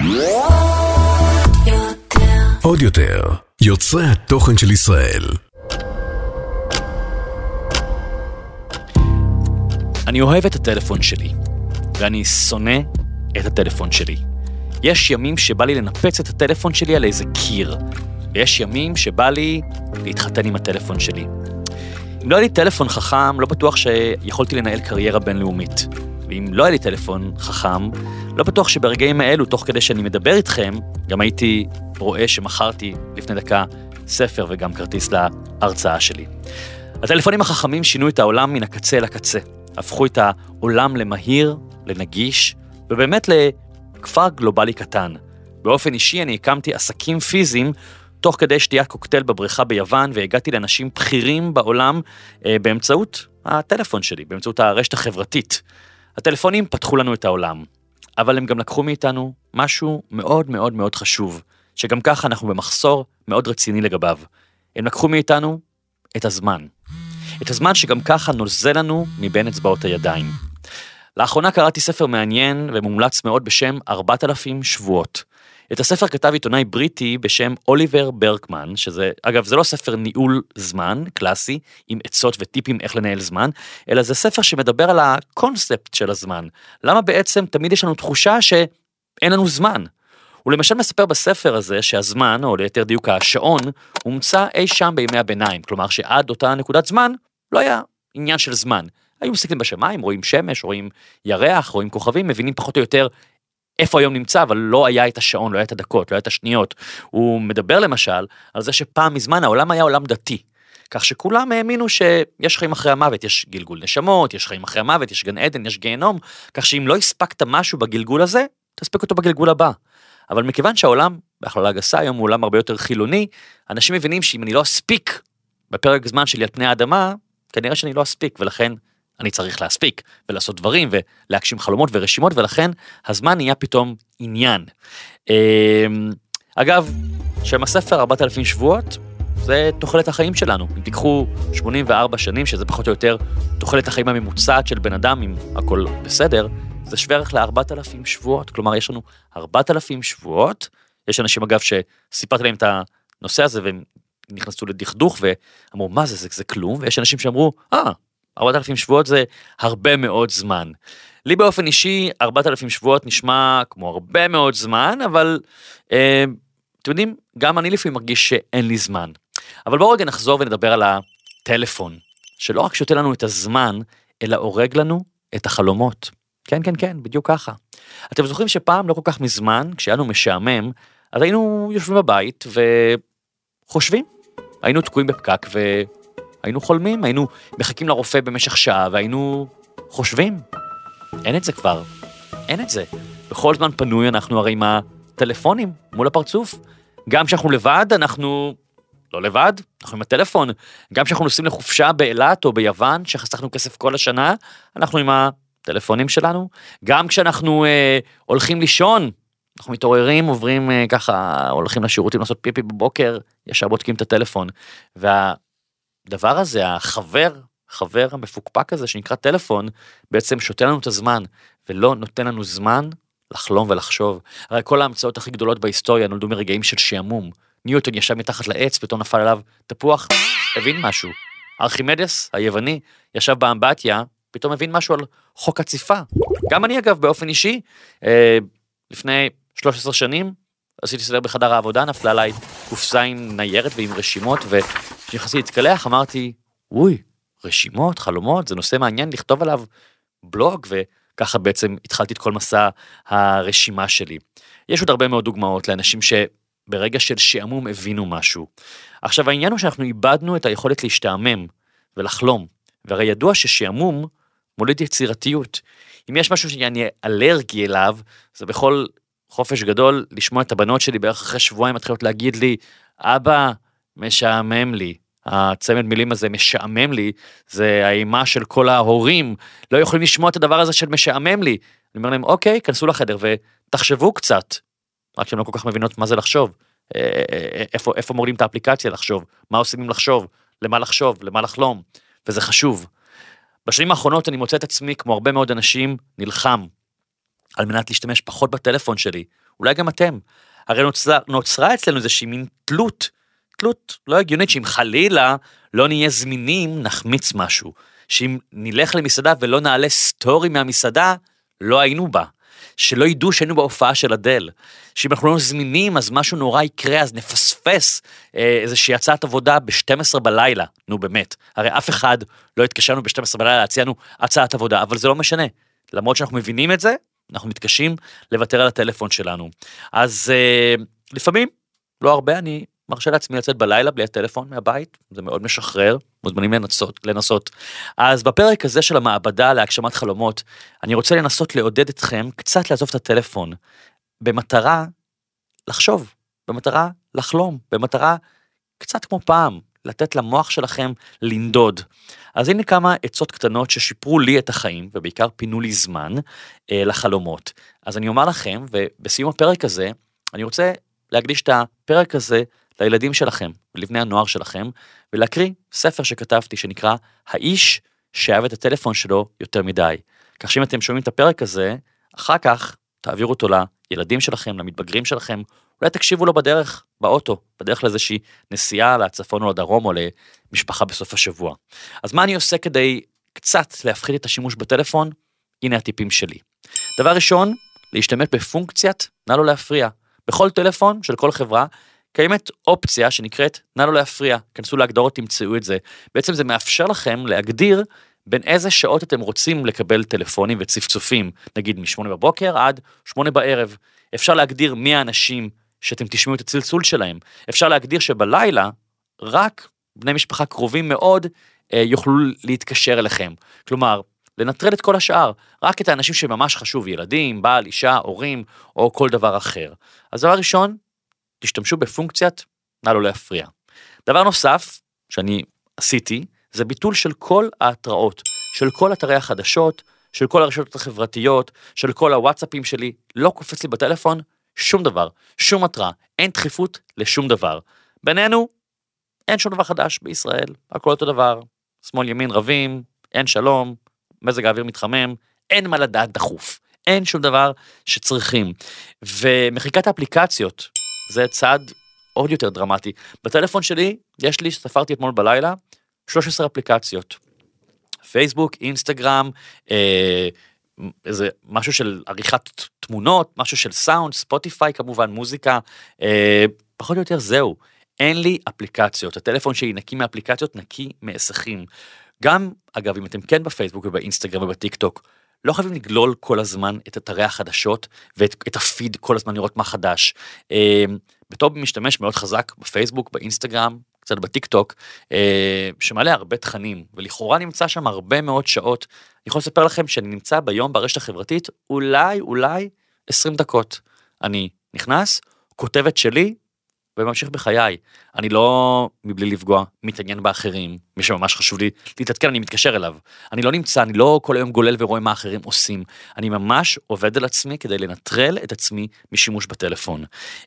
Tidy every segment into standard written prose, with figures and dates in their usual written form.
עוד יותר, יוצרי התוכן של ישראל. אני אוהב את הטלפון שלי, ואני שונא את הטלפון שלי. יש ימים שבא לי לנפץ את הטלפון שלי על איזה קיר, ויש ימים שבא לי להתחתן עם הטלפון שלי. אם לא היה לי טלפון חכם, לא בטוח שיכולתי לנהל קריירה בינלאומית. ואם לא היה לי טלפון חכם, לא בטוח שברגעים האלו, תוך כדי שאני מדבר איתכם, גם הייתי רואה שמכרתי לפני דקה ספר וגם כרטיס להרצאה שלי. הטלפונים החכמים שינו את העולם מן הקצה לקצה. הפכו את העולם למהיר, לנגיש, ובאמת לכפר גלובלי קטן. באופן אישי אני הקמתי עסקים פיזיים, תוך כדי שתיית קוקטייל בבריכה ביוון, והגעתי לאנשים בכירים בעולם באמצעות הטלפון שלי, באמצעות הרשת החברתית. הטלפונים פתחו לנו את העולם, אבל הם גם לקחו מאיתנו משהו מאוד מאוד מאוד חשוב, שגם ככה אנחנו במחסור מאוד רציני לגביו. הם לקחו מאיתנו את הזמן. את הזמן שגם ככה נוזל לנו מבין אצבעות הידיים. לאחרונה קראתי ספר מעניין ומומלץ מאוד בשם 4,000 שבועות. את הספר כתב עיתונאי בריטי בשם אוליבר ברקמן, שזה, אגב, זה לא ספר ניהול זמן, קלאסי, עם עצות וטיפים איך לנהל זמן, אלא זה ספר שמדבר על הקונספט של הזמן. למה בעצם תמיד יש לנו תחושה שאין לנו זמן? הוא למשל מספר בספר הזה שהזמן, או ליתר דיוק השעון, הומצא אי שם בימי הביניים, כלומר שעד אותה נקודת זמן לא היה עניין של זמן. היו מסתכלים בשמיים, רואים שמש, רואים ירח, רואים כוכבים, מבינים פחות או יותר איפה היום נמצא, אבל לא היה את השעון, לא היה את הדקות, לא היה את השניות. הוא מדבר למשל על זה שפעם מזמן העולם היה עולם דתי, כך שכולם האמינו שיש חיים אחרי המוות, יש גלגול נשמות, יש חיים אחרי המוות, יש גן עדן, יש גיהנום, כך שאם לא הספקת משהו בגלגול הזה, תספק אותו בגלגול הבא. אבל מכיוון שהעולם, בהכללה גסה, היום הוא עולם הרבה יותר חילוני, אנשים מבינים שאם אני לא אספיק בפרק זמן שלי על פני האדמה, כנראה שאני לא אספיק, ולכן אני צריך להספיק ולעשות דברים ולהגשים חלומות ורשימות, ולכן הזמן נהיה פתאום עניין. אגב, שם הספר 4,000 שבועות, זה תוחלת החיים שלנו. אם תיקחו 84 שנים, שזה פחות או יותר תוחלת החיים הממוצעת של בן אדם, אם הכל בסדר, זה שווה ערך ל4,000 שבועות. כלומר, יש לנו 4,000 שבועות. יש אנשים, אגב, שסיפרתי להם את הנושא הזה, והם נכנסו לדכדוך, ואמרו, מה זה? זה כלום. ויש אנשים שאמרו, 4,000 שבועות זה הרבה מאוד זמן. לי באופן אישי, 4,000 שבועות נשמע כמו הרבה מאוד זמן, אבל אתם יודעים, גם אני לפעמים מרגיש שאין לי זמן. אבל בואו רגע נחזור ונדבר על הטלפון, שלא רק שותה לנו את הזמן, אלא הורג לנו את החלומות. כן, כן, כן, בדיוק ככה. אתם זוכרים שפעם לא כל כך מזמן, כשהיינו משעמם, אז היינו יושבים בבית וחושבים. היינו תקועים בפקק היינו חולמים, היינו מחכים לרופא במשך שעה, והיינו חושבים. אין את זה כבר. אין את זה. בכל זמן פנוי אנחנו הרי עם הטלפונים מול הפרצוף. גם כשאנחנו לבד, אנחנו לא לבד, אנחנו עם הטלפון. גם כשאנחנו נוסעים לחופשה באילת או ביוון, שחסכנו כסף כל השנה, אנחנו עם הטלפונים שלנו. גם כשאנחנו הולכים לישון, אנחנו מתעוררים, עוברים ככה, הולכים לשירותים לעשות פיפי בבוקר, ישר בודקים את הטלפון. הדבר הזה, החבר המפוקפק הזה שנקרא טלפון, בעצם שותה לנו את הזמן, ולא נותן לנו זמן לחלום ולחשוב. הרי כל ההמצאות הכי גדולות בהיסטוריה נולדו מרגעים של שעמום. ניוטון ישב מתחת לעץ, פתאום נפל עליו תפוח, הבין משהו. ארכימדס, היווני, ישב באמבטיה, פתאום הבין משהו על חוק הציפה. גם אני אגב באופן אישי, לפני 13 שנים, עשיתי סדר בחדר העבודה, נפלה עליי קופסה עם ניירת ועם רשימות, וכשנכנסתי להתקלח אמרתי, אוי, רשימות, חלומות, זה נושא מעניין לכתוב עליו בלוג, וככה בעצם התחלתי את כל מסע הרשימה שלי. יש עוד הרבה מאוד דוגמאות לאנשים שברגע של שעמום הבינו משהו. עכשיו העניין הוא שאנחנו איבדנו את היכולת להשתעמם ולחלום, והרי ידוע ששעמום מוליד יצירתיות. אם יש משהו שאני אלרגי אליו, זה בכל חופש גדול לשמוע את הבנות שלי בערך אחרי שבועיים מתחילות להגיד לי, אבא, משעמם לי. הצמד מילים הזה משעמם לי, זה האימה של כל ההורים, לא יכולים לשמוע את הדבר הזה של משעמם לי. אני אומר להם, אוקיי, כנסו לחדר ותחשבו קצת. רק שהם לא כל כך מבינות מה זה לחשוב. איפה מורידים את האפליקציה לחשוב? מה עושים עם לחשוב? למה לחשוב? למה לחלום? וזה חשוב. בשנים האחרונות אני מוצא את עצמי, כמו הרבה מאוד אנשים, נלחם על מנת להשתמש פחות בטלפון שלי, אולי גם אתם. הרי נוצרה אצלנו איזושהי מין תלות לא הגיונית, שאם חלילה לא נהיה זמינים, נחמיץ משהו. שאם נלך למסעדה ולא נעלה סטורי מהמסעדה, לא היינו בה. שלא ידעו שהיינו בהופעה של אדל. שאם אנחנו לא זמינים, אז משהו נורא יקרה, אז נפספס איזושהי הצעת עבודה ב-12 בלילה. נו באמת. הרי אף אחד לא התקשרנו ב-12 בלילה, להציענו הצעת עבודה, אבל זה לא משנה. למרות שאנחנו מבינים את זה, אנחנו מתקשים לוותר על הטלפון שלנו. אז לפעמים, לא הרבה, אני מרשה לעצמי לצאת בלילה בלי הטלפון מהבית, זה מאוד משחרר, מוזמנים לנסות. אז בפרק הזה של המעבדה להגשמת חלומות, אני רוצה לנסות לעודד אתכם קצת לעזוב את הטלפון, במטרה לחשוב, במטרה לחלום, במטרה קצת כמו פעם, לתת למוח שלכם לנדוד. אז הנה כמה עצות קטנות ששיפרו לי את החיים, ובעיקר פינו לי זמן לחלומות. אז אני אומר לכם, ובסיום הפרק הזה, אני רוצה להקדיש את הפרק הזה לילדים שלכם, ולבני הנוער שלכם, ולהקריא ספר שכתבתי שנקרא האיש שאהב את הטלפון שלו יותר מדי. כך שאם אתם שומעים את הפרק הזה, אחר כך תעבירו אותו לילדים שלכם, למתבגרים שלכם, אולי תקשיבו לו בדרך, באוטו, בדרך לאיזושהי נסיעה לצפון או לדרום או למשפחה בסוף השבוע. אז מה אני עושה כדי קצת להפחית את השימוש בטלפון? הנה הטיפים שלי. דבר ראשון, להשתמש בפונקציית נא לא להפריע. בכל טלפון של כל חברה, קיימת אופציה שנקראת נא לא להפריע. כנסו להגדרות, תמצאו את זה. בעצם זה מאפשר לכם להגדיר בין איזה שעות אתם רוצים לקבל טלפונים וצפצופים, נגיד מ8 בבוקר עד 8 בערב. אפשר להגדיר מי האנשים שאתם תשמעו את הצלצול שלהם. אפשר להגדיר שבלילה רק בני משפחה קרובים מאוד יוכלו להתקשר אליכם. כלומר, לנטרל את כל השאר, רק את האנשים שממש חשוב, ילדים, בעל, אישה, הורים, או כל דבר אחר. אז דבר ראשון, תשתמשו בפונקציית נא לא להפריע. דבר נוסף שאני עשיתי, זה ביטול של כל ההתראות, של כל אתרי החדשות, של כל הרשתות החברתיות, של כל הוואטסאפים שלי, לא קופץ לי בטלפון שום דבר, שום התראה, אין דחיפות לשום דבר. בינינו, אין שום דבר חדש בישראל, הכל אותו דבר, שמאל ימין רבים, אין שלום, מזג האוויר מתחמם, אין מה לדעת דחוף, אין שום דבר שצריכים. ומחיקת האפליקציות, זה צעד עוד יותר דרמטי. בטלפון שלי, יש לי, ספרתי אתמול בלילה, 13 אפליקציות. פייסבוק, אינסטגרם, איזה משהו של עריכת תמונות, משהו של סאונד, ספוטיפיי כמובן, מוזיקה, פחות או יותר זהו. אין לי אפליקציות, הטלפון שלי נקי מאפליקציות, נקי מעסכים. גם, אגב, אם אתם כן בפייסבוק ובאינסטגרם ובטיק טוק, לא חייבים לגלול כל הזמן את אתרי החדשות, ואת הפיד כל הזמן לראות מה חדש. בתור משתמש מאוד חזק בפייסבוק, באינסטגרם, קצת בטיק טוק, שמעלה הרבה תכנים, ולכאורה נמצא שם הרבה מאוד שעות. אני יכול לספר לכם שאני נמצא ביום ברשת החברתית, אולי 20 דקות. אני נכנס, כותבת שלי, וממשיך בחיי. אני לא, מבלי לפגוע, מתעניין באחרים, מי שממש חשוב לי להתעדכן, אני מתקשר אליו. אני לא נמצא, אני לא כל היום גולל ורואה מה אחרים עושים. אני ממש עובד על עצמי כדי לנטרל את עצמי משימוש בטלפון.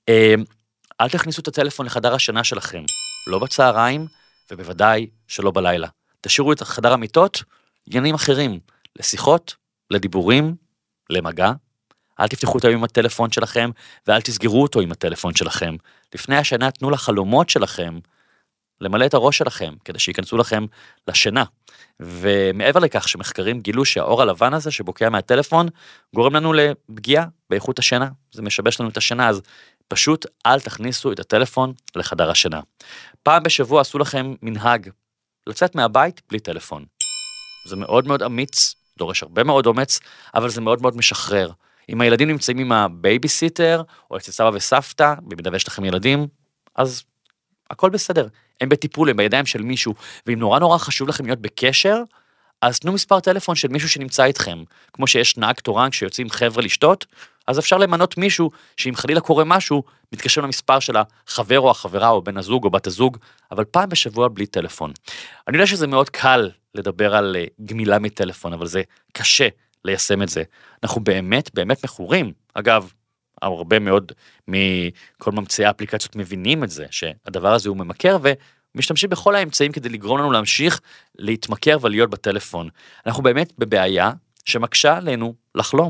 אל תכניסו את הטלפון לחדר השינה שלכם, לא בצהריים, ובוודאי שלא בלילה. תשאירו את חדר המיטות, עניינים אחרים, לשיחות, לדיבורים, למגע. אל תפתחו אותו עם הטלפון שלכם, ואל תסגרו אותו עם הטלפון שלכם. לפני השינה תנו לחלומות שלכם, למלא את הראש שלכם, כדי שיכנסו לכם לשינה. ומעבר לכך שמחקרים גילו שהאור הלבן הזה שבוקע מהטלפון, גורם לנו לפגיעה באיכות השינה. זה משבש לנו את השינה, אז פשוט אל תכניסו את הטלפון לחדר השינה. פעם בשבוע עשו לכם מנהג, לצאת מהבית בלי טלפון. זה מאוד מאוד אמיץ, דורש הרבה מאוד אומץ, אבל זה מאוד מאוד משחרר. אם הילדים נמצאים עם הבייביסיטר, או אצל סבא וסבתא, במידה ויש לכם ילדים, אז הכל בסדר. הם בטיפול, הם בידיים של מישהו, ואם נורא חשוב לכם להיות בקשר, אז תנו מספר טלפון של מישהו שנמצא איתכם. כמו שיש נהג תורן כשיוצאים חבר'ה לשתות, אז אפשר למנות מישהו שאם חלילה קורה משהו, מתקשר למספר של החבר או החברה או בן הזוג או בת הזוג, אבל פעם בשבוע בלי טלפון. אני יודע שזה מאוד קל לדבר על גמילה מטלפון, אבל זה קשה ליישם את זה. אנחנו באמת מכורים. אגב, הרבה מאוד מכל ממציאי האפליקציות מבינים את זה, שהדבר הזה הוא ממכר ומשתמשים בכל האמצעים כדי לגרום לנו להמשיך להתמכר ולהיות בטלפון. אנחנו באמת בבעיה שמקשה עלינו לחלום.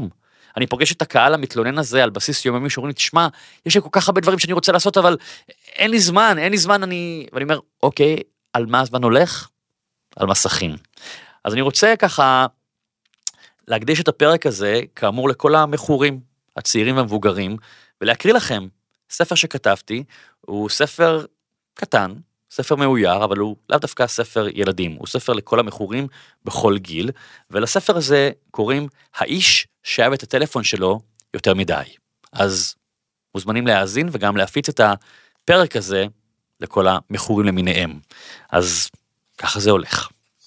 אני פוגש את הקהל המתלונן הזה על בסיס יומי, שאומרים לי, תשמע, יש לי כל כך הרבה דברים שאני רוצה לעשות, אבל אין לי זמן, ואני אומר, אוקיי, על מה הזמן הולך? על מסכים. אז אני רוצה ככה להקדיש את הפרק הזה, כאמור לכל המכורים, הצעירים והמבוגרים, ולהקריא לכם ספר שכתבתי, הוא ספר קטן, ספר מאויר, אבל הוא לאו דווקא ספר ילדים, הוא ספר לכל המכורים בכל גיל, ולספר הזה קוראים האיש שאהב את הטלפון שלו יותר מדי. אז מוזמנים להאזין וגם להפיץ את הפרק הזה לכל המכורים למיניהם. אז ככה זה הולך.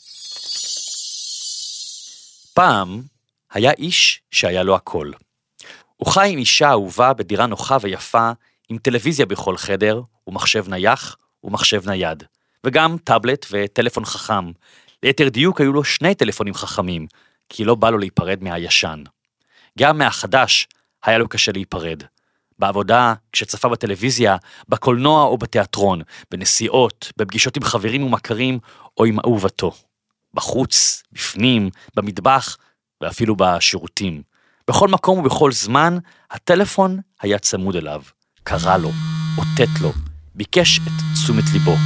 פעם היה איש שהיה לו הכל. הוא חי עם אישה אהובה בדירה נוחה ויפה, עם טלוויזיה בכל חדר, ומחשב נייח ומחשב נייד, וגם טאבלט וטלפון חכם. ליתר דיוק היו לו 2 טלפונים חכמים, כי לא בא לו להיפרד מהישן. גם מהחדש היה לו קשה להיפרד. בעבודה, כשצפה בטלוויזיה, בקולנוע או בתיאטרון, בנסיעות, בפגישות עם חברים ומכרים או עם אהובתו. בחוץ, בפנים, במטבח ואפילו בשירותים. בכל מקום ובכל זמן, הטלפון היה צמוד אליו. קרא לו, אותת לו, ביקש את תשומת ליבו.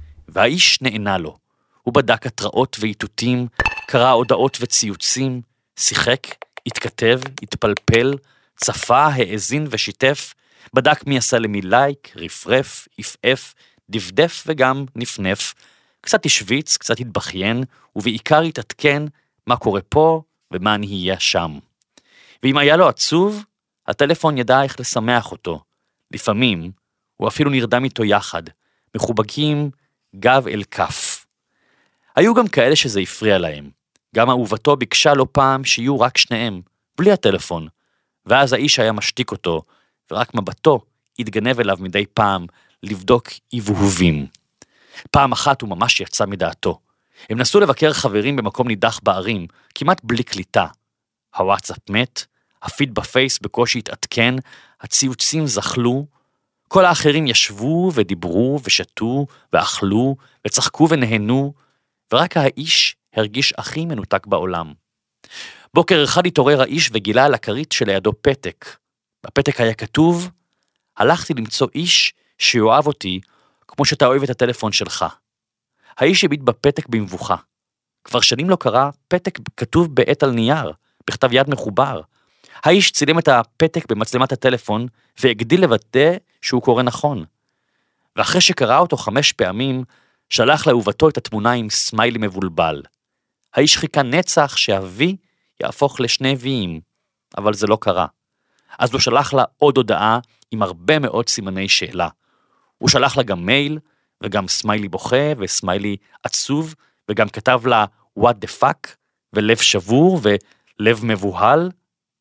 והאיש נענה לו. הוא בדק התראות ואיתותים, קרא הודעות וציוצים, שיחק, התכתב, התפלפל, צפה, האזין ושיתף, בדק מי עשה למי לייק, רפרף, יפף, דפדף וגם נפנף, קצת השוויץ, קצת התבכיין, ובעיקר התעדכן מה קורה פה ומה נהיה שם. ואם היה לו עצוב, הטלפון ידע איך לשמח אותו. לפעמים הוא אפילו נרדם איתו יחד, מחובקים גב אל כף. היו גם כאלה שזה הפריע להם. גם אהובתו ביקשה לא פעם שיהיו רק שניהם, בלי הטלפון. ואז האיש היה משתיק אותו, ורק מבטו התגנב אליו מדי פעם לבדוק הבהובים. פעם אחת הוא ממש יצא מדעתו. הם נסו לבקר חברים במקום נידח בערים, כמעט בלי קליטה. הוואטסאפ מת, הפיד בפייס בקושי התעדכן, הציוצים זחלו, כל האחרים ישבו ודיברו ושתו ואכלו וצחקו ונהנו, ורק האיש הרגיש הכי מנותק בעולם. בוקר אחד התעורר האיש וגילה על הכרית שלידו פתק. בפתק היה כתוב, הלכתי למצוא איש שיואב אותי כמו שאתה אוהב את הטלפון שלך. האיש הביט בפתק במבוכה. כבר שנים לא קרא פתק כתוב בעת על נייר, בכתב יד מחובר. האיש צילם את הפתק במצלמת הטלפון והגדיל לוודא שהוא קורא נכון. ואחרי שקרא אותו 5 פעמים, שלח לאהובתו את התמונה עם סמיילי מבולבל. האיש חיכה נצח שהוי יהפוך לשני ויים, אבל זה לא קרה. אז הוא שלח לה עוד הודעה עם הרבה מאוד סימני שאלה. הוא שלח לה גם מייל, וגם סמיילי בוכה, וסמיילי עצוב, וגם כתב לה what the fuck, ולב שבור, ולב מבוהל.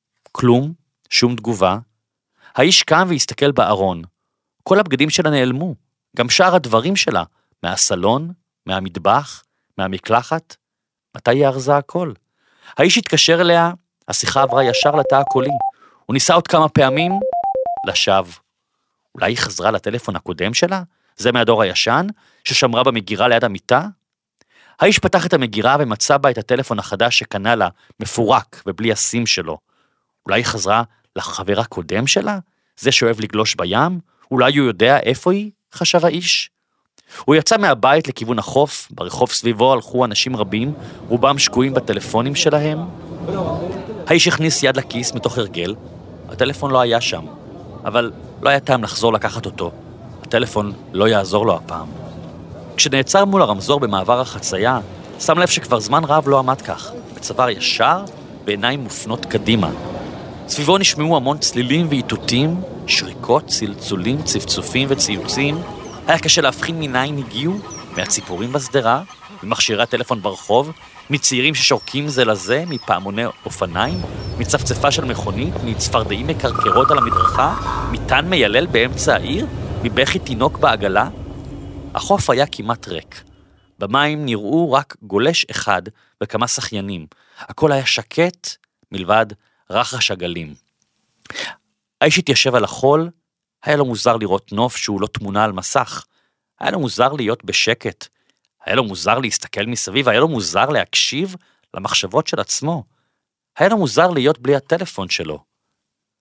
כלום, שום תגובה. האיש קם והסתכל בארון. כל הבגדים שלה נעלמו, גם שאר הדברים שלה, מהסלון, מהמטבח, מהמקלחת. מתי יארזה הכל? האיש התקשר אליה, השיחה עברה ישר לתא הקולי. הוא ניסה עוד כמה פעמים, לשווא. אולי היא חזרה לטלפון הקודם שלה? זה מהדור הישן, ששמרה במגירה ליד המיטה? האיש פתח את המגירה ומצא בה את הטלפון החדש שקנה לה, מפורק ובלי הסים שלו. אולי היא חזרה לחבר הקודם שלה? זה שאוהב לגלוש בים? אולי הוא יודע איפה היא? חשב האיש. הוא יצא מהבית לכיוון החוף, ברחוב סביבו הלכו אנשים רבים, רובם שקועים בטלפונים שלהם. האיש הכניס יד לכיס מתוך הרגל, הטלפון לא היה שם, אבל לא היה טעם לחזור לקחת אותו. הטלפון לא יעזור לו הפעם. כשנעצר מול הרמזור במעבר החצייה, שם לב שכבר זמן רב לא עמד כך, בצוואר ישר בעיניים מופנות קדימה. סביבו נשמעו המון צלילים ואיתותים, שריקות, צלצולים, צפצופים וציוצים. היה קשה להבחין מניין הגיעו, מהציפורים בסדרה, ממכשירי הטלפון ברחוב, מצעירים ששורקים זה לזה, מפעמוני אופניים, מצפצפה של מכונית, מצפרדעים מקרקרות על המדרכה, מטן מיילל באמצע העיר, מבכי תינוק בעגלה. החוף היה כמעט ריק. במים נראו רק גולש אחד וכמה שחיינים. הכל היה שקט מלבד רחש הגלים. האיש התיישב על החול, היה לו מוזר לראות נוף שהוא לא תמונה על מסך. היה לו מוזר להיות בשקט. היה לו מוזר להסתכל מסביב, היה לו מוזר להקשיב למחשבות של עצמו. היה לו מוזר להיות בלי הטלפון שלו.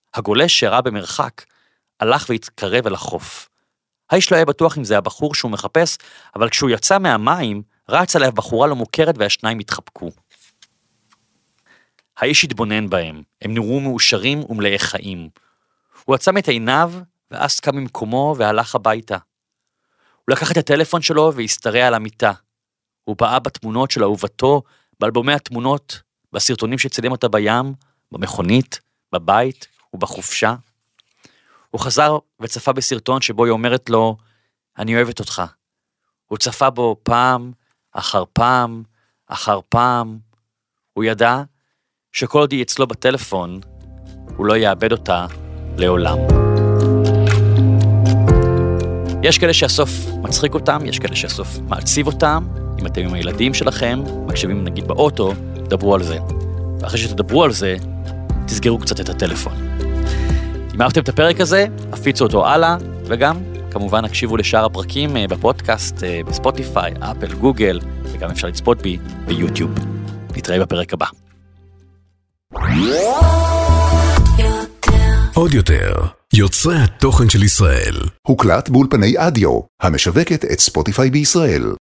הגולש שראה במרחק הלך והתקרב אל החוף. האיש לא היה בטוח אם זה הבחור שהוא מחפש, אבל כשהוא יצא מהמים, רץ עליו בחורה לא מוכרת והשניים התחבקו. האיש התבונן בהם, הם נראו מאושרים ומלאי חיים. הוא עצם את עיניו ואז קם ממקומו והלך הביתה. הוא לקח את הטלפון שלו והסתרע על המיטה. הוא באה בתמונות של אהובתו, באלבומי התמונות, בסרטונים שצילם אותה בים, במכונית, בבית ובחופשה. הוא חזר וצפה בסרטון שבו היא אומרת לו, אני אוהבת אותך. הוא צפה בו פעם, אחר פעם, אחר פעם. הוא ידע שכל עוד היא אצלו בטלפון, הוא לא יאבד אותה לעולם. יש כאלה שהסוף מצחיק אותם, יש כאלה שהסוף מעציב אותם. אם אתם עם הילדים שלכם, מקשיבים נגיד באוטו, דברו על זה. ואחרי שתדברו על זה, תסגרו קצת את הטלפון. אם אהבתם את הפרק הזה, הפיצו אותו הלאה, וגם, כמובן, הקשיבו לשאר הפרקים בפודקאסט, בספוטיפיי, אפל, גוגל, וגם אפשר לצפות בי ביוטיוב. נתראה בפרק הבא. עוד יותר, יוצרי התוכן של ישראל. הוקלט באולפני אדיו, המשווקת את ספוטיפיי בישראל.